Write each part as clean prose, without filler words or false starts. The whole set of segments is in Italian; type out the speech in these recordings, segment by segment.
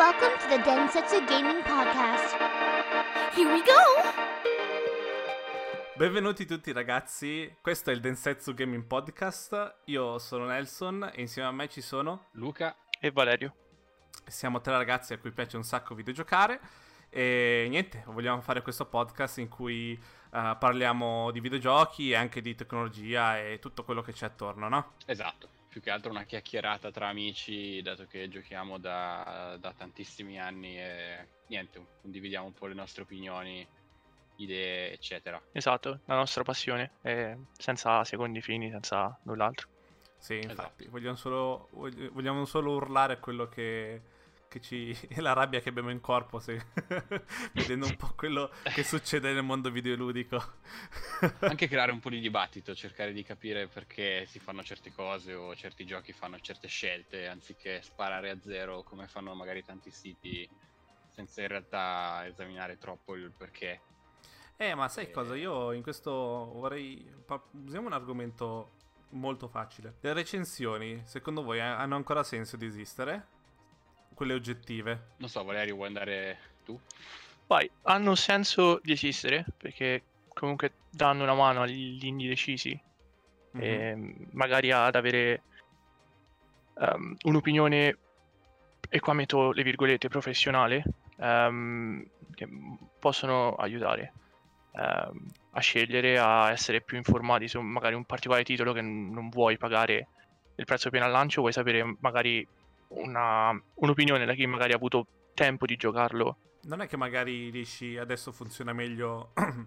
welcome to the Densetsu Gaming Podcast. Here we go! Benvenuti tutti ragazzi, questo è il Densetsu Gaming Podcast, io sono Nelson e insieme a me ci sono Luca e Valerio. Siamo tre ragazzi a cui piace un sacco videgiocare e niente, vogliamo fare questo podcast in cui parliamo di videogiochi e anche di tecnologia e tutto quello che c'è attorno, no? Esatto, più che altro una chiacchierata tra amici, dato che giochiamo da tantissimi anni e niente, condividiamo un po' le nostre opinioni, idee, eccetera. Esatto, la nostra passione, senza secondi fini, senza null'altro. Sì, infatti, esatto. vogliamo solo urlare quello che la rabbia che abbiamo in corpo vedendo un po' quello che succede nel mondo videoludico. Anche creare un po' di dibattito, cercare di capire perché si fanno certe cose o certi giochi fanno certe scelte, anziché sparare a zero come fanno magari tanti siti, senza in realtà esaminare troppo il perché. Ma sai cosa? Io in questo usiamo un argomento molto facile. Le recensioni, secondo voi, hanno ancora senso di esistere? Quelle oggettive? Non so, Valerio, vuoi andare tu? Vai, hanno senso di esistere, perché comunque danno una mano agli indecisi, magari ad avere un'opinione, e qua metto le virgolette, professionale, che possono aiutare a scegliere, a essere più informati su magari un particolare titolo che non vuoi pagare il prezzo pieno al lancio, vuoi sapere magari un'opinione da chi magari ha avuto tempo di giocarlo. Non è che magari riesci, adesso funziona meglio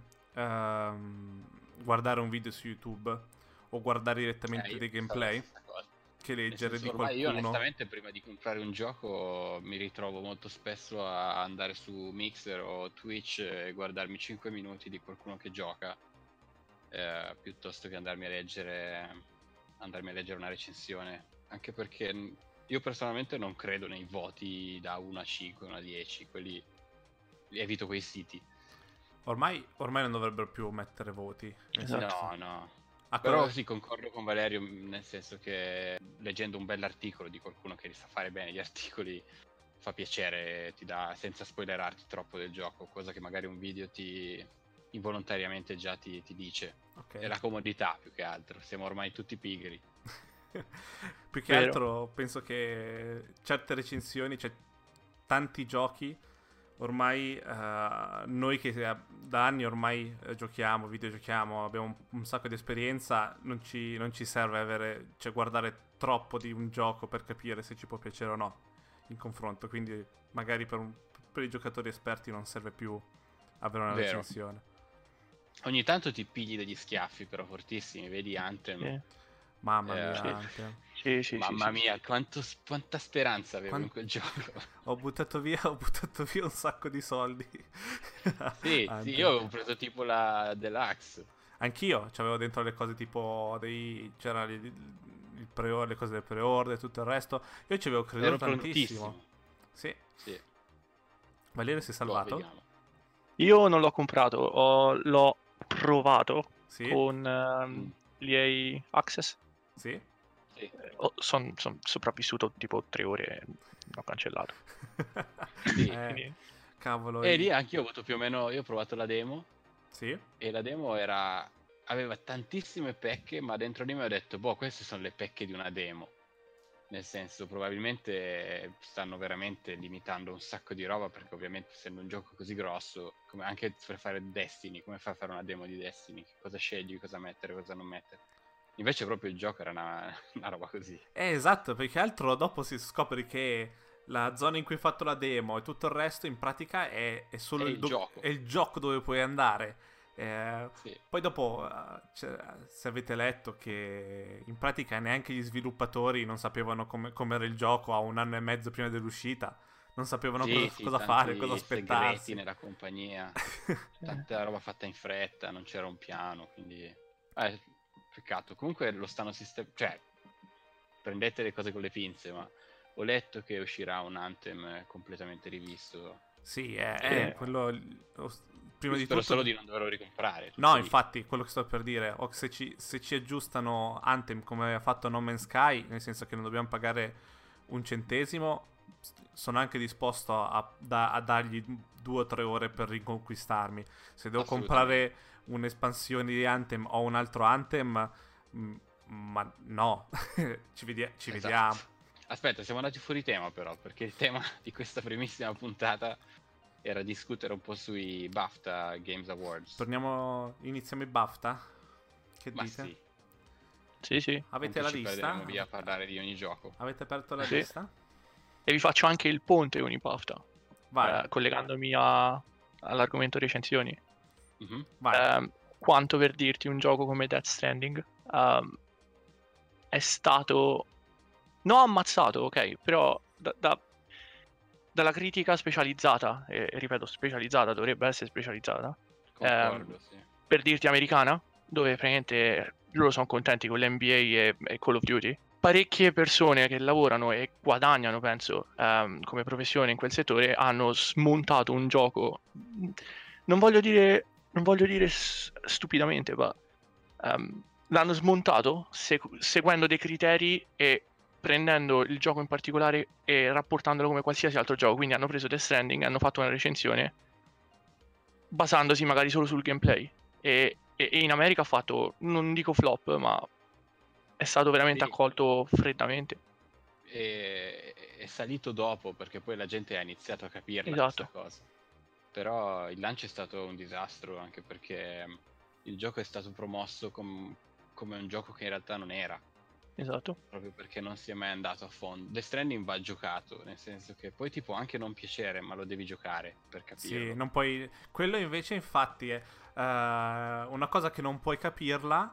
guardare un video su YouTube o guardare direttamente dei gameplay che leggere di qualcuno. Io onestamente prima di comprare un gioco mi ritrovo molto spesso a andare su Mixer o Twitch e guardarmi 5 minuti di qualcuno che gioca piuttosto che andarmi a leggere una recensione, anche perché io personalmente non credo nei voti da 1 a 5, 1 a 10, quelli evito quei siti. Ormai non dovrebbero più mettere voti. Esatto. No. Però sì, concordo con Valerio, nel senso che leggendo un bell'articolo di qualcuno che sa fare bene gli articoli fa piacere, ti dà, senza spoilerarti troppo del gioco, cosa che magari un video involontariamente già ti dice. Okay. È la comodità più che altro, siamo ormai tutti pigri. Più che altro penso che certe recensioni, cioè tanti giochi ormai noi che da anni ormai videogiochiamo, abbiamo un sacco di esperienza, non ci serve guardare troppo di un gioco per capire se ci può piacere o no in confronto, quindi magari per i giocatori esperti non serve più avere una recensione. Ogni tanto ti pigli degli schiaffi però fortissimi, vedi Anthem. Mamma mia, sì, mamma mia, quanta speranza avevo in quel gioco. Ho buttato via un sacco di soldi. Sì, io ho preso tipo la Deluxe. Anch'io c'avevo dentro le cose tipo c'era le cose del pre-order e tutto il resto. Io ci avevo creduto tantissimo. Sì. Valerio si è salvato? Io non l'ho comprato, l'ho provato con l'EA Access. Sì. Sono sopravvissuto tipo 3 ore e l'ho cancellato. Cavolo. E lì anche io ho avuto più o meno, io ho provato la demo. Sì. E la demo aveva tantissime pecche, ma dentro di me ho detto, queste sono le pecche di una demo. Nel senso, probabilmente stanno veramente limitando un sacco di roba, perché ovviamente essendo un gioco così grosso, come anche per fare Destiny, come fai a fare una demo di Destiny? Cosa scegli, cosa mettere, cosa non mettere? Invece proprio il gioco era una roba così. Esatto, perché altro dopo si scopre che la zona in cui hai fatto la demo e tutto il resto in pratica è solo gioco. È il gioco dove puoi andare. Sì. Poi dopo se avete letto che in pratica neanche gli sviluppatori non sapevano come era il gioco a 1 anno e mezzo prima dell'uscita, non sapevano cosa fare, cosa aspettarsi. Segreti nella compagnia, tanta roba fatta in fretta, non c'era un piano, quindi peccato. Comunque lo stanno cioè prendete le cose con le pinze, ma ho letto che uscirà un Anthem completamente rivisto. Sì, quello prima di spero tutto solo di non doverlo ricomprare. No, infatti, quello che sto per dire, o se ci aggiustano Anthem come ha fatto No Man's Sky, nel senso che non dobbiamo pagare un centesimo, sono anche disposto a dargli 2 o 3 ore per riconquistarmi. Se devo comprare un'espansione di Anthem o un altro Anthem, ma no, ci vediamo. Aspetta, siamo andati fuori tema però, perché il tema di questa primissima puntata era discutere un po' sui BAFTA Games Awards. Iniziamo i BAFTA? Che Ma dite? Sì. Avete la lista? Andiamo via a parlare di ogni gioco. Avete aperto la lista? E vi faccio anche il ponte con i BAFTA, Vai. collegandomi all'argomento recensioni. Mm-hmm. Vai. Quanto per dirti, un gioco come Death Stranding è stato non ammazzato, ok, però dalla critica specializzata, e ripeto specializzata, dovrebbe essere specializzata, Concordo, sì. per dirti americana, dove praticamente loro sono contenti con l'NBA e Call of Duty. Parecchie persone che lavorano e guadagnano, penso, come professione in quel settore, hanno smontato un gioco. Non voglio dire stupidamente, ma l'hanno smontato seguendo dei criteri e prendendo il gioco in particolare e rapportandolo come qualsiasi altro gioco. Quindi hanno preso Death Stranding e hanno fatto una recensione basandosi magari solo sul gameplay. E in America ha fatto, non dico flop, ma è stato veramente accolto freddamente. È salito dopo, perché poi la gente ha iniziato a capirla questa cosa. Però il lancio è stato un disastro, anche perché il gioco è stato promosso come un gioco che in realtà non era. Esatto. Proprio perché non si è mai andato a fondo. Death Stranding va giocato, nel senso che poi ti può anche non piacere, ma lo devi giocare per capirlo. Sì, non puoi... Quello invece infatti è una cosa che non puoi capirla,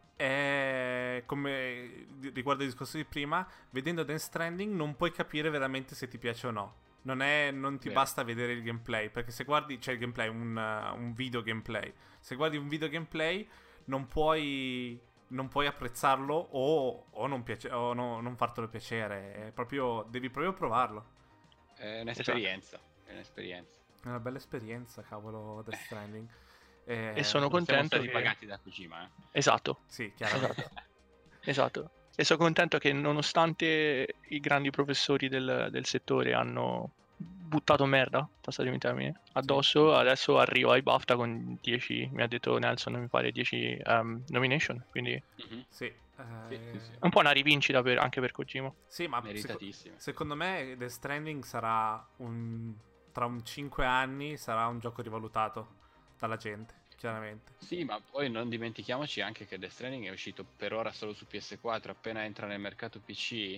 è come riguardo il discorso di prima, vedendo Death Stranding non puoi capire veramente se ti piace o no. Non ti basta vedere il gameplay, perché se guardi, c'è il gameplay, un video gameplay. Se guardi un video gameplay non puoi apprezzarlo o non fartelo piacere. È proprio, devi proprio provarlo. È un'esperienza. È un'esperienza. È una bella esperienza, cavolo, Death Stranding. E sono contento siamo stati pagati da Kojima, Esatto. Sì, chiaramente. Esatto. E sono contento che nonostante i grandi professori del settore hanno buttato merda, passatemi il termine, addosso, adesso arriva ai BAFTA con 10, mi ha detto Nelson, mi pare 10 nomination, quindi sì. È un po' una rivincita anche per Kojima. Sì, ma meritatissimo. Secondo me Death Stranding sarà tra un 5 anni sarà un gioco rivalutato dalla gente, chiaramente. Sì, ma poi non dimentichiamoci anche che Death Stranding è uscito per ora solo su PS4, appena entra nel mercato PC,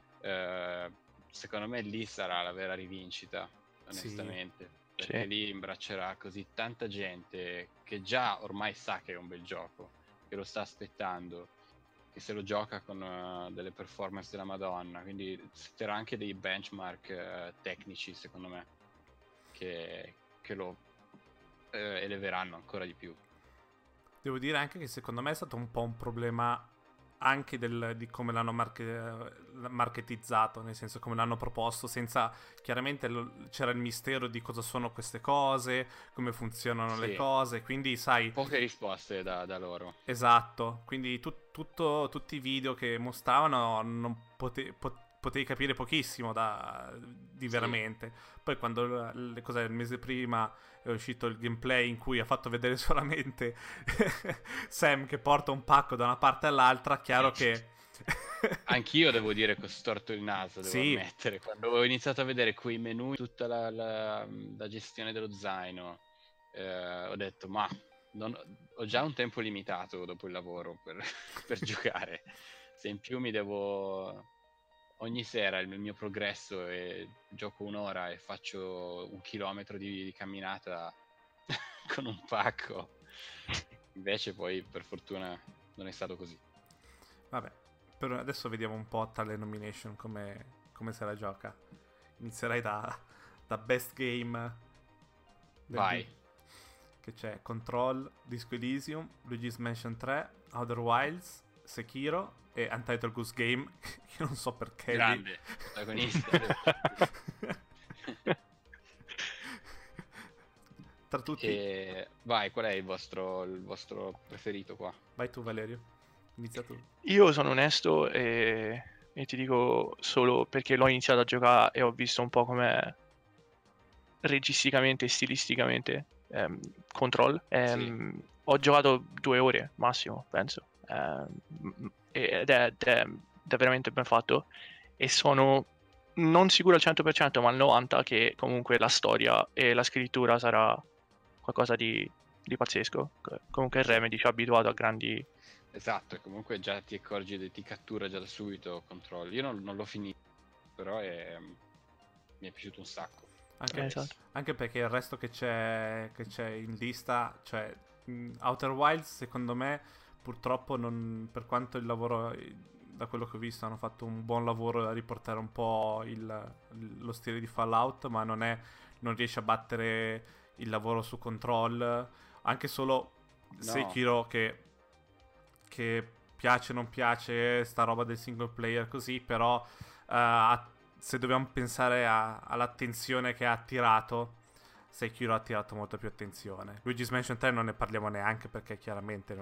secondo me lì sarà la vera rivincita, onestamente. Sì. Perché lì imbraccerà così tanta gente che già ormai sa che è un bel gioco, che lo sta aspettando, che se lo gioca con delle performance della Madonna, quindi setterà anche dei benchmark tecnici, secondo me, che lo eleveranno ancora di più. Devo dire anche che secondo me è stato un po' un problema anche di come l'hanno marketizzato, nel senso come l'hanno proposto, senza chiaramente c'era il mistero di cosa sono queste cose, come funzionano le cose, quindi sai, poche risposte da loro. Esatto, quindi tutti i video che mostravano non potevi capire pochissimo di veramente. Poi quando il mese prima è uscito il gameplay in cui ha fatto vedere solamente Sam che porta un pacco da una parte all'altra, chiaro che anch'io devo dire che ho storto il naso, devo ammettere, quando ho iniziato a vedere quei menu, tutta la gestione dello zaino, ho detto ma ho già un tempo limitato dopo il lavoro per giocare, se in più mi devo ogni sera il mio progresso e gioco un'ora e faccio 1 chilometro di camminata con un pacco. Invece poi per fortuna non è stato così. Vabbè, però adesso vediamo un po' tale nomination come se la gioca. Inizierai da Best Game. Vai. Che c'è Control, Disco Elysium, Luigi's Mansion 3, Outer Wilds, Sekiro e Untitled Goose Game, che non so perché. Grande protagonista. Tra tutti. Vai, qual è il vostro preferito qua? Vai tu, Valerio. Inizia tu. Io sono onesto e e ti dico solo perché l'ho iniziato a giocare e ho visto un po' come registicamente e stilisticamente Control. Ho giocato 2 ore massimo, penso, ed è veramente ben fatto, e sono non sicuro al 100% ma al 90% che comunque la storia e la scrittura sarà qualcosa di pazzesco. Comunque il Remedy ci ha abituato a grandi... Esatto, e comunque già ti accorgi, ti cattura già da subito Control. Io non l'ho finito, però mi è piaciuto un sacco. Esatto. Anche perché il resto che c'è in lista, cioè Outer Wilds, secondo me, purtroppo non, per quanto il lavoro, da quello che ho visto, hanno fatto un buon lavoro a riportare un po' lo stile di Fallout, ma non riesce a battere il lavoro su Control. Anche solo Sekiro, che piace o non piace sta roba del single player così, però se dobbiamo pensare all'attenzione che ha attirato, Sekiro ha attirato molta più attenzione. Luigi's Mansion 3 non ne parliamo neanche, perché chiaramente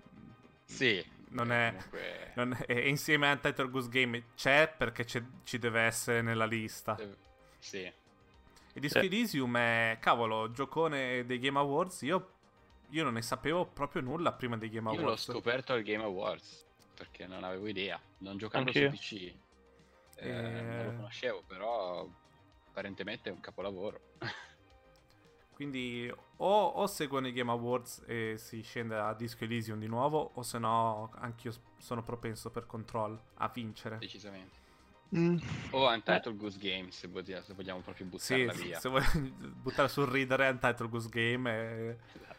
e insieme a Untitled Goose Game c'è, perché ci deve essere nella lista. Sì. E Disco Elysium è, cavolo, giocone dei Game Awards. Io non ne sapevo proprio nulla prima dei Game Awards. Io l'ho scoperto al Game Awards, perché non avevo idea, non giocando su PC. Non lo conoscevo, però apparentemente è un capolavoro. Quindi o seguono i Game Awards e si scende a Disco Elysium di nuovo, o se no anch'io sono propenso per Control a vincere. Decisamente. O Untitled Goose Game, se vogliamo proprio buttarla via. Se vuoi buttare sul ridere, Untitled Goose Game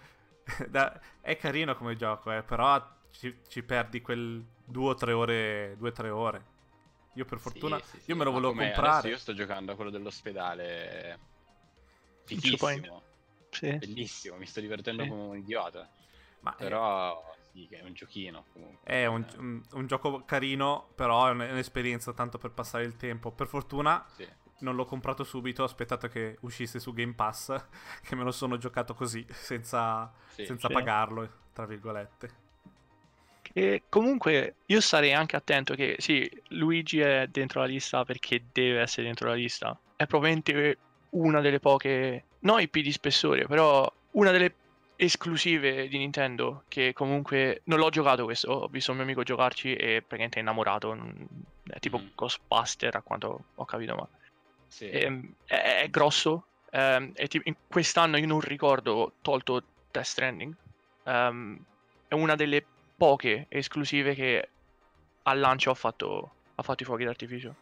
è carino come gioco, però ci perdi quel 2 o 3 ore. Io per fortuna io me lo volevo comprare. Adesso io sto giocando a quello dell'ospedale. Fighissimo. Sì. Bellissimo, mi sto divertendo come un idiota. Però sì, è un giochino comunque. È un gioco carino, però è un'esperienza tanto per passare il tempo. Per fortuna non l'ho comprato subito, ho aspettato che uscisse su Game Pass, che me lo sono giocato così, senza pagarlo, tra virgolette. E comunque io sarei anche attento che Luigi è dentro la lista perché deve essere dentro la lista. È probabilmente una delle poche, no IP di spessore, però una delle esclusive di Nintendo che comunque non l'ho giocato questo, ho visto un mio amico giocarci e praticamente è innamorato, è tipo Ghostbuster a quanto ho capito, ma è grosso, e in quest'anno io non ricordo, tolto Death Stranding, è una delle poche esclusive che al lancio ha fatto i fuochi d'artificio.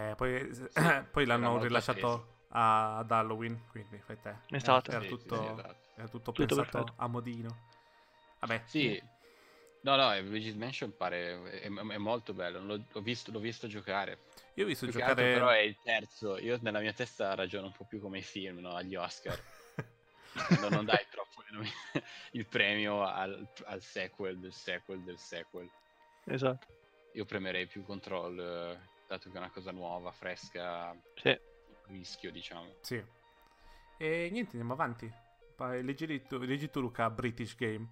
Poi l'hanno rilasciato ad Halloween, quindi fai te. Esatto. Era tutto pensato perfetto. A modino. Vabbè. Sì. No, Luigi's Mansion pare è molto bello. L'ho visto giocare. Io ho visto giocare. Però è il terzo. Io nella mia testa ragiono un po' più come i film, no? Agli Oscar. non dai troppo il premio al sequel del sequel. Esatto. Io premerei più Control, dato che è una cosa nuova, fresca. Sì. Rischio, diciamo. Sì. E niente, andiamo avanti. Leggi tu Luca, British Game.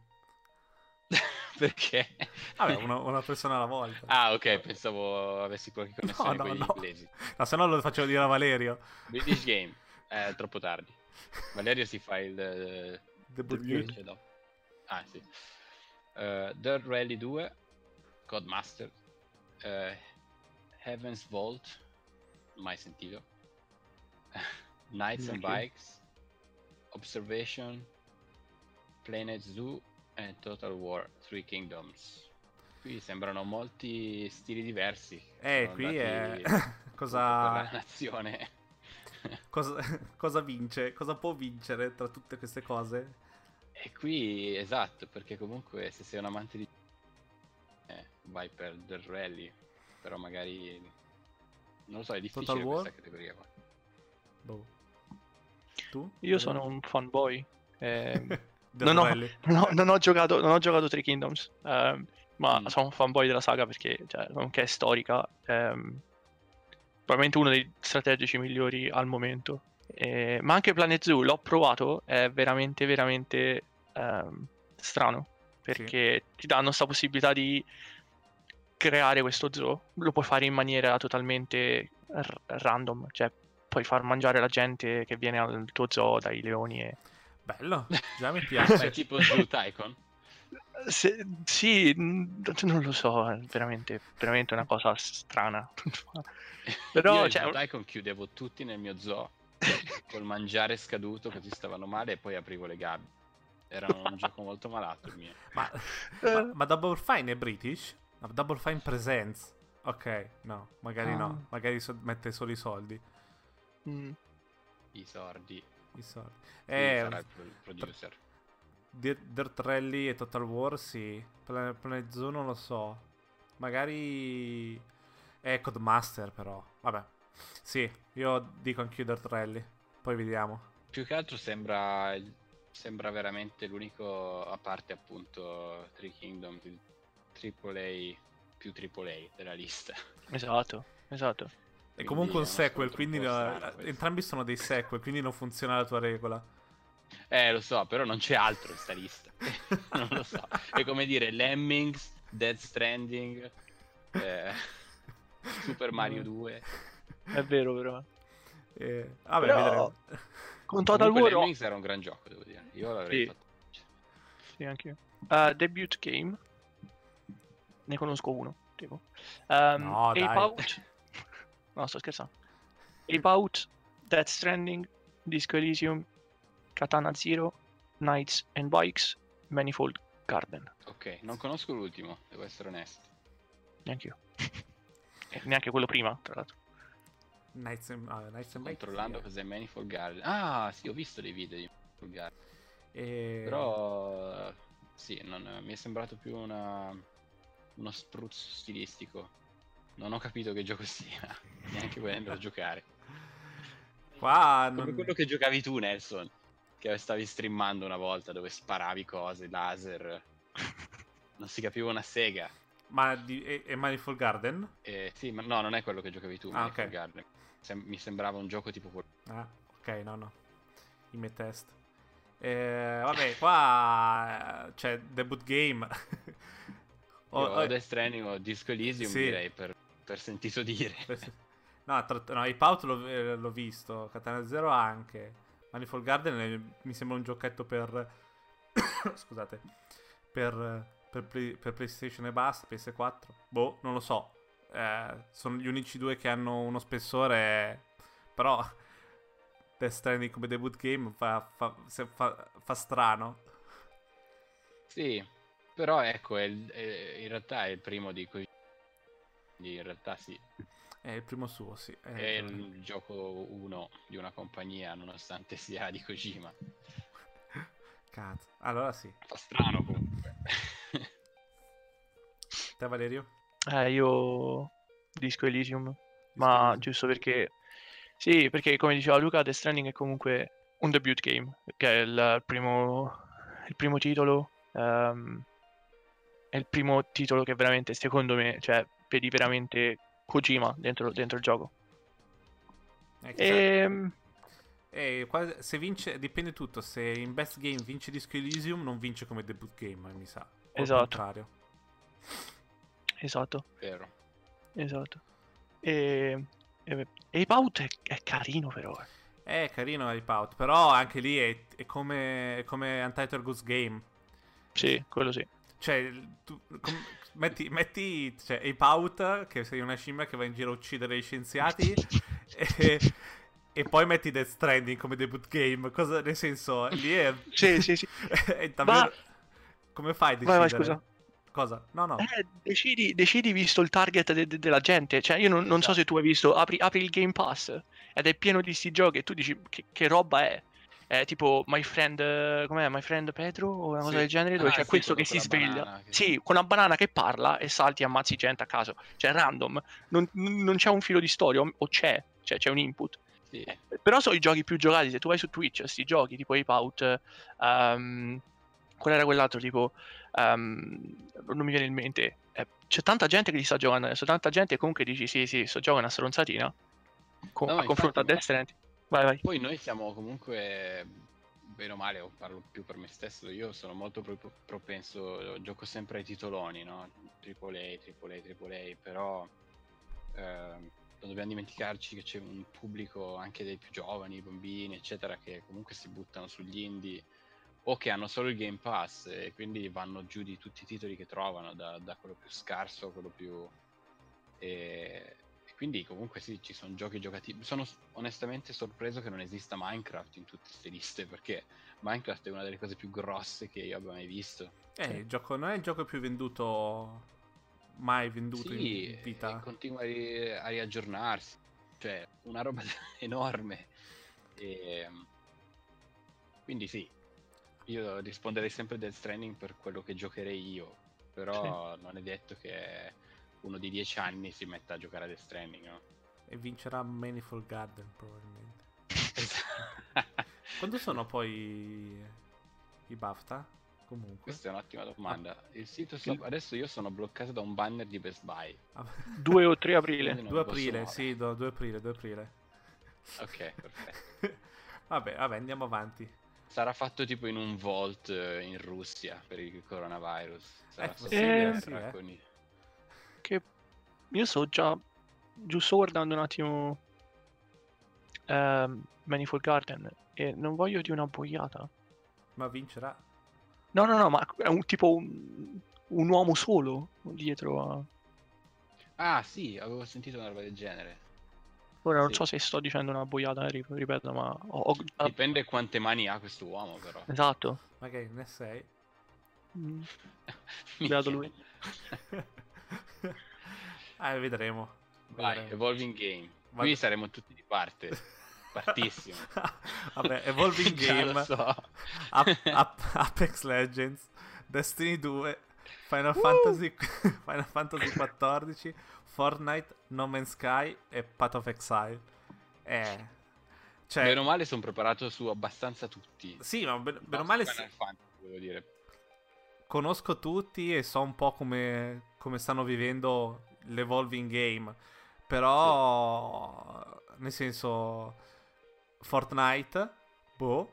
Perché? Vabbè, una persona alla volta. Ah, ok, pensavo avessi qualche connessione con gli inglesi. No, se no lo facevo dire a Valerio. British Game, è troppo tardi. Valerio si fa il debut game. No. Ah, sì. Dirt Rally 2, Codemaster, Heaven's Vault, mai sentito. Knights and Bikes, Observation, Planet Zoo e Total War 3 Kingdoms. Qui sembrano molti stili diversi. Qui è cosa per la nazione. cosa vince? Cosa può vincere tra tutte queste cose? E qui esatto, perché comunque se sei un amante di vai per del rally, però magari non lo so, è difficile questa categoria qua. Boh. Tu? Io sono un fanboy. Non ho giocato Three Kingdoms, ma sono un fanboy della saga perché comunque è storica, probabilmente uno dei strategici migliori al momento, ma anche Planet Zoo l'ho provato, è veramente veramente strano, perché ti danno questa possibilità di creare questo zoo, lo puoi fare in maniera totalmente random, cioè puoi far mangiare la gente che viene al tuo zoo dai leoni e... Bello, già mi Ma piace. è tipo Zoo Tycoon? Sì, non lo so, è veramente una cosa strana. Però, Io in cioè, Zoo Tycoon chiudevo tutti nel mio zoo col mangiare scaduto così stavano male e poi aprivo le gabbie. Era un gioco molto malato il mio. Ma Double Fine è British? No, Double Fine Presents. Ok, no, magari no. Magari mette solo i soldi. I sordi. I soldi. Sarà il producer. Dirt Rally e Total War, sì. Planet Zoo non lo so. Magari è Codemaster, però. Vabbè. Sì, io dico anch'io Dirt Rally. Poi vediamo. Più che altro sembra veramente l'unico, a parte appunto Three Kingdoms, il AAA più AAA della lista. Esatto. È comunque un è uno sequel, scontro quindi un po' strano questo. entrambi sono dei sequel, quindi non funziona la tua regola. Lo so, però non c'è altro in sta lista. Non lo so. È come dire Lemmings, Death Stranding, Super Mario 2. È vero, però. Vabbè, Però, vedremo. con Total Comunque War... Lemmings era un gran gioco, devo dire. Io l'avrei Sì. fatto. Sì, anch'io. Debut game. Ne conosco uno, tipo. No, Ape dai. Out. No, sto scherzando. Ape Out, Death Stranding, Disco Elysium, Katana Zero, Knights and Bikes, Manifold Garden. Ok, non conosco l'ultimo, devo essere onesto. Neanch'io. E neanche quello prima, tra l'altro. Knights and Bikes, Controllando sì. cos'è Manifold Garden. Ah, sì, ho visto dei video di Manifold Garden. Però sì, mi è sembrato più uno spruzzo stilistico. Non ho capito che gioco sia, neanche volendo a giocare. Qua Come quello che giocavi tu, Nelson, che stavi streamando una volta dove sparavi cose, laser. Non si capiva una sega. Ma è Manifold Garden? Sì, ma no, non è quello che giocavi tu, Manifold ok. Garden. Mi sembrava un gioco tipo quello. Ah, ok, no. I miei test. Vabbè, qua c'è debut game. Io Death Stranding o Disco Elysium, sì. direi per sentito dire. No, Ape Out l'ho visto, Katana Zero anche. Manifold Garden mi sembra un giochetto per scusate, per PlayStation e basta, PS4. Boh, non lo so. Sono gli unici due che hanno uno spessore, però Death Stranding come debut game fa strano. Sì, però ecco, in realtà è il primo di cui. In realtà sì. È il primo suo, sì. È il gioco 1 di una compagnia, nonostante sia di Kojima. Cazzo. Allora sì. Fa strano comunque. Te, Valerio? Io Disco Elysium. Ma giusto perché... Sì, perché come diceva Luca, Death Stranding è comunque un debut game, che è il primo titolo. È il primo titolo che veramente, secondo me, cioè, vedi veramente Kojima dentro il gioco. Se vince, dipende tutto. Se in best game vince Disco Elysium, non vince come debut game, mi sa. O esatto. al contrario. Esatto. Ape Out è carino, però. È carino Ape Out, però anche lì è come Untitled Goose Game. Sì, quello sì. Cioè, tu metti cioè, Ape Out, che sei una scimmia che va in giro a uccidere gli scienziati, e poi metti Death Stranding come debut game. Cosa, nel senso, lì è... Sì. È davvero... Come fai a decidere? Vai, scusa. Cosa? No. Decidi visto il target della gente. Cioè, io non so se tu hai visto, apri il Game Pass ed è pieno di sti giochi e tu dici che roba è. È tipo My Friend, com'è? My Friend Pedro o una cosa del genere, dove c'è questo che si sveglia. Sì, con una banana che parla e salti e ammazzi gente a caso. Cioè, random. Non c'è un filo di storia, o c'è un input. Sì. Però sono i giochi più giocati. Se tu vai su Twitch, sti giochi tipo Ape Out, qual era quell'altro tipo, non mi viene in mente. C'è tanta gente che li sta giocando adesso, tanta gente comunque dici sì, sto giocando una stronzatina a confronto a Death Stranding. Vai. Poi noi siamo comunque bene o male, o parlo più per me stesso, io sono molto propenso, gioco sempre ai titoloni, no? AAA, però non dobbiamo dimenticarci che c'è un pubblico anche dei più giovani, bambini, eccetera, che comunque si buttano sugli indie o che hanno solo il Game Pass e quindi vanno giù di tutti i titoli che trovano, da quello più scarso a quello più... E quindi comunque sì, ci sono giochi giocativi. Sono onestamente sorpreso che non esista Minecraft in tutte queste liste, perché Minecraft è una delle cose più grosse che io abbia mai visto. Il gioco non è il gioco più venduto mai venduto Sì, in vita. e continua a riaggiornarsi, cioè una roba enorme. E quindi sì, io risponderei sempre Death Stranding per quello che giocherei io, però non è detto che uno di 10 anni si metta a giocare a Death Stranding, no? E vincerà Manifold Garden probabilmente. Quando sono poi i BAFTA? Comunque. Questa è un'ottima domanda. Il sito adesso io sono bloccato da un banner di Best Buy. 2 o 3 aprile. 2 aprile, sì, 2 aprile. Ok, perfetto. Vabbè, andiamo avanti. Sarà fatto tipo in un vault in Russia per il coronavirus. Sarà possibile, sì, che io so già, giusto guardando un attimo Manifold Garden, e non voglio di una boiata. Ma vincerà? No, ma è un uomo solo dietro a... Ah sì, avevo sentito una roba del genere. Ora non so se sto dicendo una boiata, ripeto, ma... Dipende quante mani ha questo uomo, però. Esatto. Magari ne sei. Beato lui. Vedremo. Vai, Evolving Game. Qui saremo tutti di parte. Partissimo. Vabbè, Evolving Game, lo so. Apex Legends, Destiny 2, Final Fantasy XIV, Fortnite, No Man's Sky e Path of Exile. Bene o male sono preparato su abbastanza tutti. Sì, ma bene o male Final Fantasy, devo dire. Conosco tutti e so un po' come stanno vivendo l'Evolving Game. Però, nel senso, Fortnite, boh.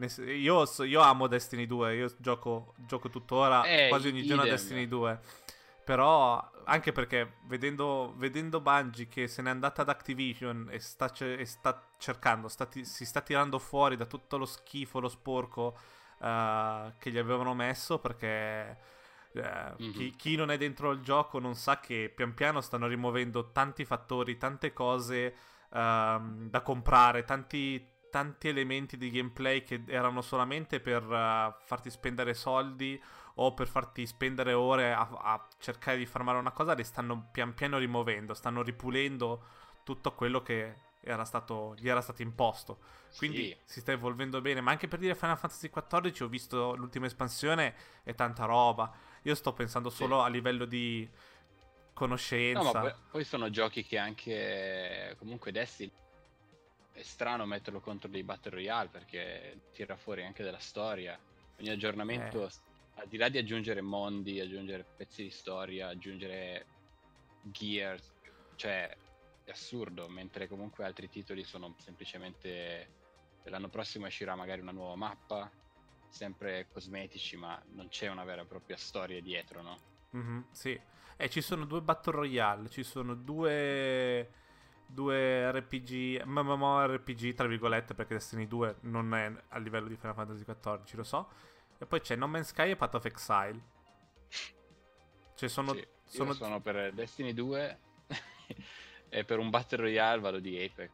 Io amo Destiny 2. Io gioco tuttora quasi ogni giorno a Destiny 2. Però, anche perché vedendo Bungie che se n'è andata ad Activision e sta cercando, si sta tirando fuori da tutto lo schifo, lo sporco che gli avevano messo, perché chi non è dentro il gioco non sa che pian piano stanno rimuovendo tanti fattori, tante cose da comprare, tanti elementi di gameplay che erano solamente per farti spendere soldi o per farti spendere ore a cercare di farmare una cosa. Li stanno pian piano rimuovendo, stanno ripulendo tutto quello che gli era stato imposto. Quindi si sta evolvendo bene. Ma anche per dire Final Fantasy XIV, ho visto l'ultima espansione e tanta roba. Io sto pensando solo a livello di conoscenza. No, ma poi sono giochi che anche comunque Destiny è strano metterlo contro dei Battle Royale, perché tira fuori anche della storia. Ogni aggiornamento, al di là di aggiungere mondi, aggiungere pezzi di storia, aggiungere gear, cioè è assurdo, mentre comunque altri titoli sono semplicemente l'anno prossimo uscirà magari una nuova mappa, sempre cosmetici, ma non c'è una vera e propria storia dietro, no? Sì. Ci sono 2 Battle Royale, ci sono due RPG, MMORPG tra virgolette, perché Destiny 2 non è a livello di Final Fantasy XIV, lo so. E poi c'è No Man's Sky e Path of Exile. Cioè io sono per Destiny 2 e per un Battle Royale vado di Apex.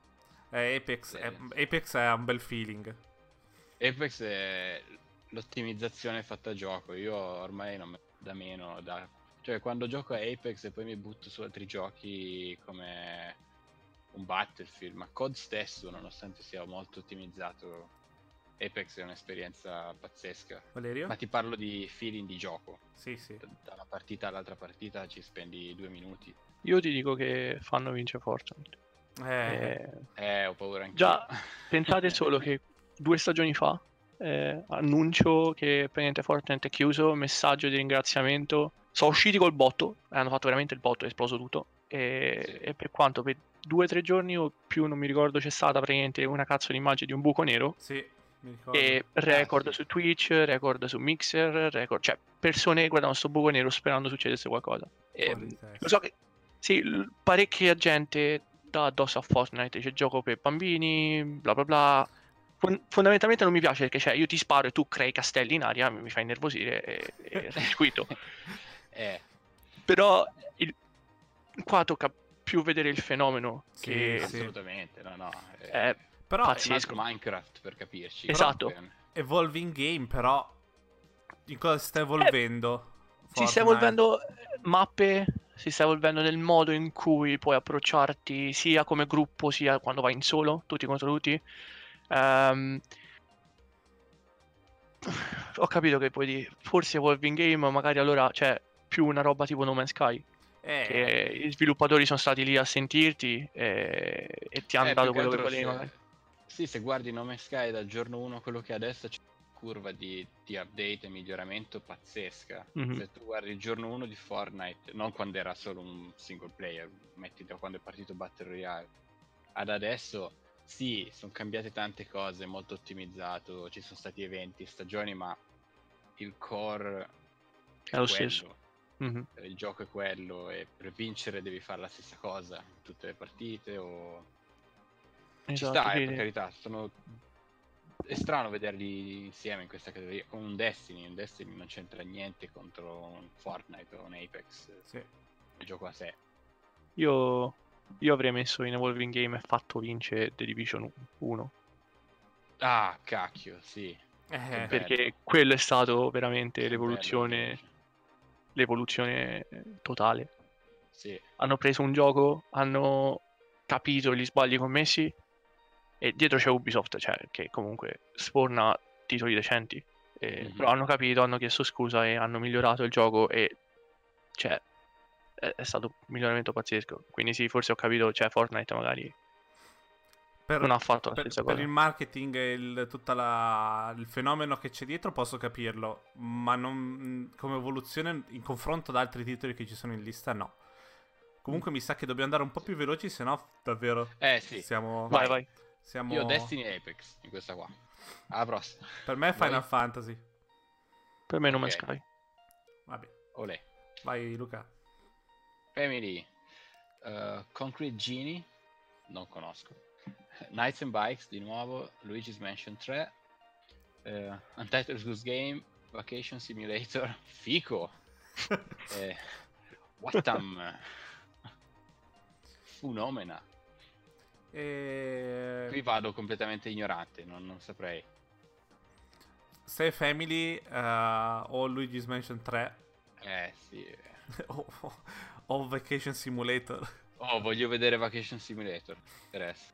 Apex è un bel feeling. Apex è l'ottimizzazione fatta a gioco. Io ormai non me da meno cioè quando gioco a Apex e poi mi butto su altri giochi come un Battlefield, ma COD stesso, nonostante sia molto ottimizzato, Apex è un'esperienza pazzesca. Valerio? Ma ti parlo di feeling di gioco. Sì. Da una partita all'altra partita ci spendi 2 minuti. Io ti dico che fanno vince Fortnite. Ho paura anch'io. Già, pensate solo che 2 stagioni fa annuncio che praticamente Fortnite è chiuso, messaggio di ringraziamento, sono usciti col botto, hanno fatto veramente il botto, è esploso tutto, e per quanto per 2 o 3 giorni o più, non mi ricordo, c'è stata praticamente una cazzo di immagine di un buco nero. Sì, mi ricordo. E record sì. su Twitch, record su Mixer, record, cioè persone che guardano sto buco nero sperando succedesse qualcosa. Fuori di testa. Lo so che sì, parecchia gente dà addosso a Fortnite, c'è gioco per bambini, bla bla bla. Fondamentalmente non mi piace perché cioè, io ti sparo e tu crei castelli in aria, mi fai innervosire e quito. Però qua tocca più vedere il fenomeno Sì, che sì. Assolutamente, no. è Però pazzesco. Minecraft, per capirci. Esatto. Evolving Game, però in cosa si sta evolvendo? Si sta evolvendo mappe, si sta evolvendo nel modo in cui puoi approcciarti sia come gruppo sia quando vai in solo, tutti contro tutti. Ho capito che puoi dire, forse Evolving Game magari allora c'è più una roba tipo No Man's Sky, che gli sviluppatori sono stati lì a sentirti e ti hanno dato quello che volevi magari. Sì, se guardi No Man's Sky dal giorno 1 quello che è adesso c'è una curva di update e miglioramento pazzesca. Mhm. Se tu guardi il giorno 1 di Fortnite, non quando era solo un single player, metti da quando è partito Battle Royale, ad adesso sì, sono cambiate tante cose, molto ottimizzato, ci sono stati eventi, stagioni, ma il core È lo stesso. quello. Il gioco è quello e per vincere devi fare la stessa cosa in tutte le partite o... Ci Esatto, sta, sì. per carità, è strano vederli insieme in questa categoria, con un Destiny non c'entra niente contro un Fortnite o un Apex, Sì. il gioco a sé. Io avrei messo in Evolving Game e fatto vincere The Division 1. Ah, cacchio, sì. Perché quello è stato veramente Che l'evoluzione totale. Sì. Hanno preso un gioco, hanno capito gli sbagli commessi e dietro c'è Ubisoft, cioè, che comunque sforna titoli decenti. Però hanno capito, hanno chiesto scusa e hanno migliorato il gioco e cioè è stato un miglioramento pazzesco. Quindi sì, forse ho capito, cioè Fortnite magari non ha fatto la stessa per cosa. il marketing e il fenomeno che c'è dietro posso capirlo, ma non come evoluzione in confronto ad altri titoli che ci sono in lista no. Comunque mi sa che dobbiamo andare un po' più veloci, se no davvero Sì. siamo... Vai. Io Destiny e Apex in questa qua. Alla prossima. Per me è Final Fantasy. Per me No Man's Sky. Vabbè. Olè. Vai Luca. Family. Concrete Genie. Non conosco. Knights and Bikes di nuovo. Luigi's Mansion 3. Untitled Goose Game. Vacation Simulator. Fico. Wattam. Funomena. Qui vado completamente ignorante, non saprei. Se Family o Luigi's Mansion 3 Sì. o Vacation Simulator. Oh, voglio vedere Vacation Simulator. Interessa.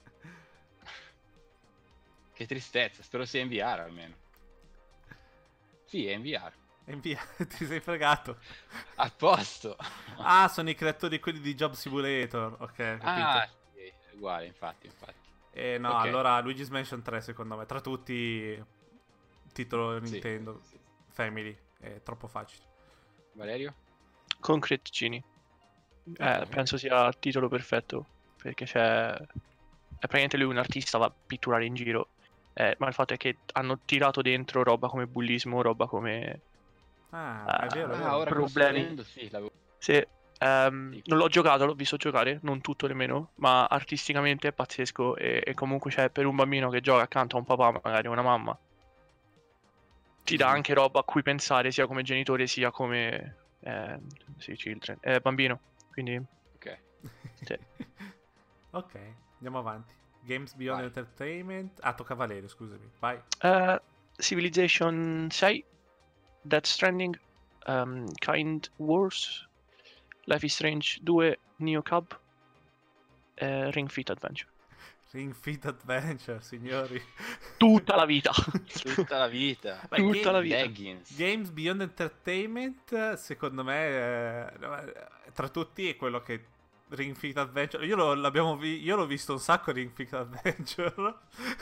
Che tristezza, spero sia in VR almeno. Sì, è in VR. Ti sei fregato. A posto. Ah, sono i creatori quelli di Job Simulator. Ok, capito. Ah, sì, uguale, infatti. No, Ok. allora Luigi's Mansion 3 secondo me. Tra tutti, titolo Nintendo. Sì. Family. È troppo facile. Valerio? Concrete Genie. Ok. Penso sia il titolo perfetto. Perché è praticamente lui un artista, va a pitturare in giro. Ma il fatto è che hanno tirato dentro roba come bullismo, roba come Ah, è vero, è vero. ora problemi. Sì, non l'ho giocato, l'ho visto giocare, non tutto nemmeno, ma artisticamente è pazzesco e comunque c'è per un bambino che gioca accanto a un papà, magari una mamma, ti dà anche roba a cui pensare sia come genitore sia come children, bambino, quindi Ok. sì. Ok, andiamo avanti. Games Beyond Vai. Entertainment. Ah, tocca a Valerio, scusami. Vai. Civilization 6, Death Stranding, Kind Wars, Life is Strange 2, Neo Cub, Ring Fit Adventure. Ring Fit Adventure, signori. Tutta la vita. Tutta la vita. Beh, Tutta la vita. Leggings. Games Beyond Entertainment, secondo me, tra tutti è quello che Ring Fit Adventure. Io l'ho visto un sacco Ring Fit Adventure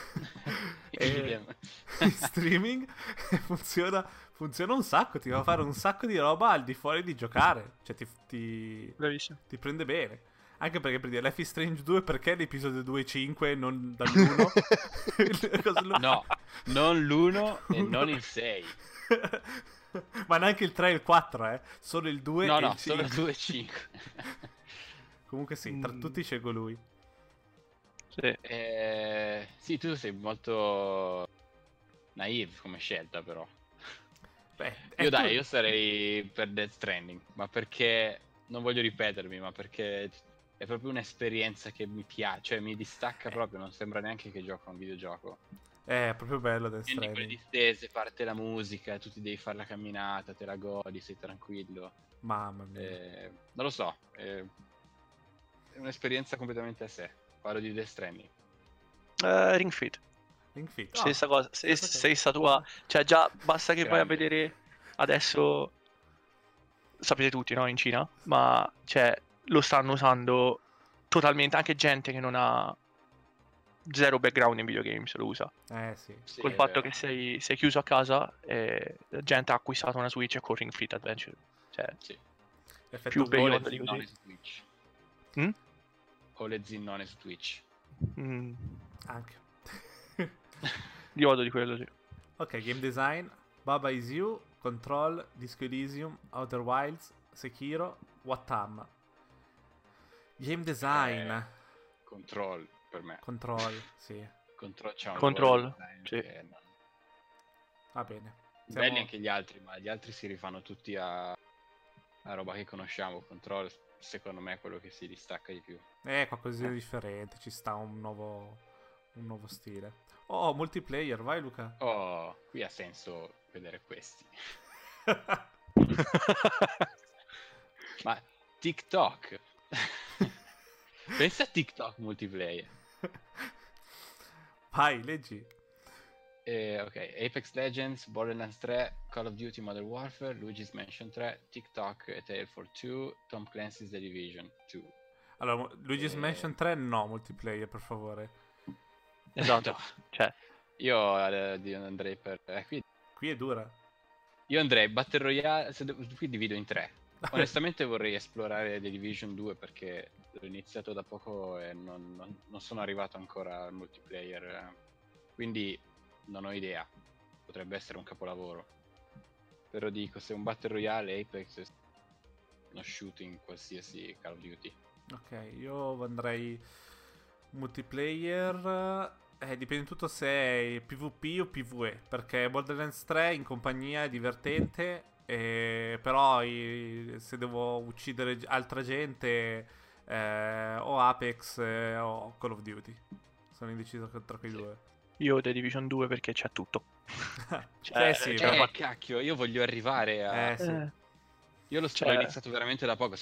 in streaming e funziona un sacco. Ti fa fare un sacco di roba al di fuori di giocare. Cioè, Bravissimo. ti prende bene. Anche perché per dire Life is Strange 2 perché l'episodio 2 e 5 non dall'1? No, non l'1 e non il 6. Ma neanche il 3 e il 4, solo il 2 No, e no, il 5. solo il 2 e 5. Comunque sì, tra tutti scelgo lui. Sì. Sì, tu sei molto naive come scelta, però. Beh, Io sarei per Death Stranding, ma perché non voglio ripetermi, ma perché è proprio un'esperienza che mi piace, cioè mi distacca proprio, non sembra neanche che gioco a un videogioco. È proprio bello Death Prendi quelle Stranding. distese, parte la musica, tu ti devi fare la camminata, te la godi, sei tranquillo. Mamma mia. Non lo so, è un'esperienza completamente a sé. Parlo di Death Stranding. Ring Fit. Ring Fit. Stessa cosa, stessa stessa tua, cioè già basta che vai a Grande. vedere adesso, sapete tutti, no, in Cina, ma cioè lo stanno usando totalmente, anche gente che non ha zero background in videogames lo usa. Sì. Sì, Col è fatto vero. che sei chiuso a casa e la gente ha acquistato una Switch e con Ring Fit Adventure, cioè Sì. Effetto più O beyond le di zinnone così. su Twitch. Mm? O le zinnone su Twitch. Mm, Anche. io vado di quello, sì. Ok, game design. Baba Is You, Control, Disco Elysium, Outer Wilds, Sekiro, Wattam. Game design. Control per me. Control, sì. Control c'ha un Control, lavoro di design sì. che Va bene. belli anche gli altri, ma gli altri si rifanno tutti a roba che conosciamo. Control secondo me è quello che si distacca di più. Qualcosa di differente. Ci sta un nuovo stile. Oh, multiplayer, vai Luca. Oh, qui ha senso vedere questi. Ma TikTok. Pensa a TikTok multiplayer. Vai, leggi. Ok, Apex Legends, Borderlands 3, Call of Duty Modern Warfare, Luigi's Mansion 3, TikTok, A Tale for Two, Tom Clancy's The Division 2. Allora, Luigi's Mansion 3 no, multiplayer, per favore. Esatto, No, cioè io andrei per... Qui è dura. Io andrei Battle Royale, qui divido in tre. Onestamente vorrei esplorare The Division 2 perché l'ho iniziato da poco e non sono arrivato ancora al multiplayer. Quindi non ho idea. Potrebbe essere un capolavoro. Però dico, se un Battle Royale, Apex è uno shooting qualsiasi Call of Duty. Ok, io andrei multiplayer. Dipende tutto se è PvP o PvE. Perché Borderlands 3 in compagnia è divertente. Però se devo uccidere altra gente, o Apex o Call of Duty. Sono indeciso tra quei due. io The Division 2 perché c'è tutto. Cioè, sì, cioè, Cacchio, io voglio arrivare a... sì. Io l'ho Cioè- iniziato veramente da poco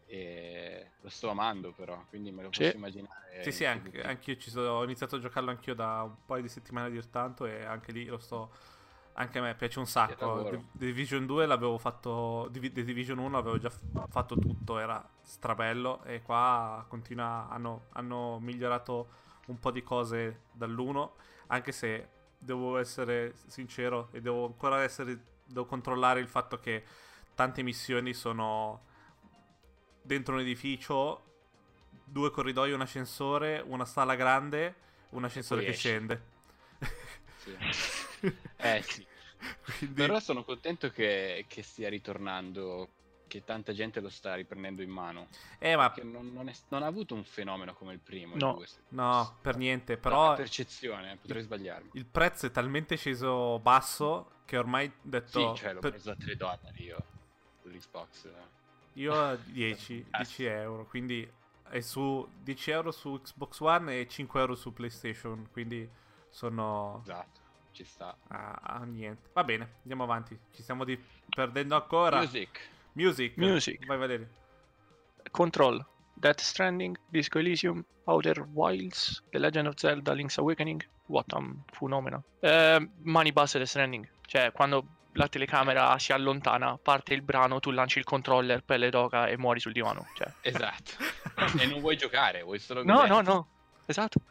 e lo sto amando però, quindi me lo Sì. posso immaginare. Sì, anch'io ho iniziato a giocarlo anch'io da un paio di settimane a dir tanto e anche lì anche a me piace un sacco. lavoro. The Division 2 l'avevo fatto, The Division 1 avevo già fatto tutto, era strabello e qua hanno migliorato un po' di cose dall'1, anche se devo essere sincero e devo controllare il fatto che tante missioni sono dentro un edificio, 2 corridoi, un ascensore, una sala grande, un ascensore poi che esci. scende. Sì. Sì. Quindi... Però sono contento che stia ritornando, che tanta gente lo sta riprendendo in mano. ma Perché non ha avuto un fenomeno come il primo. No. il 2. no, per niente, No, però è percezione, potrei sbagliarmi. il prezzo è talmente sceso basso che ormai ho detto Sì, cioè l'ho preso a $3 io sull'Xbox. io 10 euro, quindi è su 10 euro su Xbox One e 5 euro su PlayStation, quindi sono Esatto, ci sta. a niente. Va bene, andiamo avanti, ci stiamo perdendo ancora. Music. Vai Valerio. Control, Death Stranding, Disco Elysium, Outer Wilds, The Legend of Zelda, Link's Awakening, Wattam Phenomena. Mani basse Death Stranding, cioè quando la telecamera si allontana, parte il brano, tu lanci il controller, pelle d'oca e muori sul divano. Cioè. Esatto. E non vuoi giocare, vuoi solo No, godere. esatto.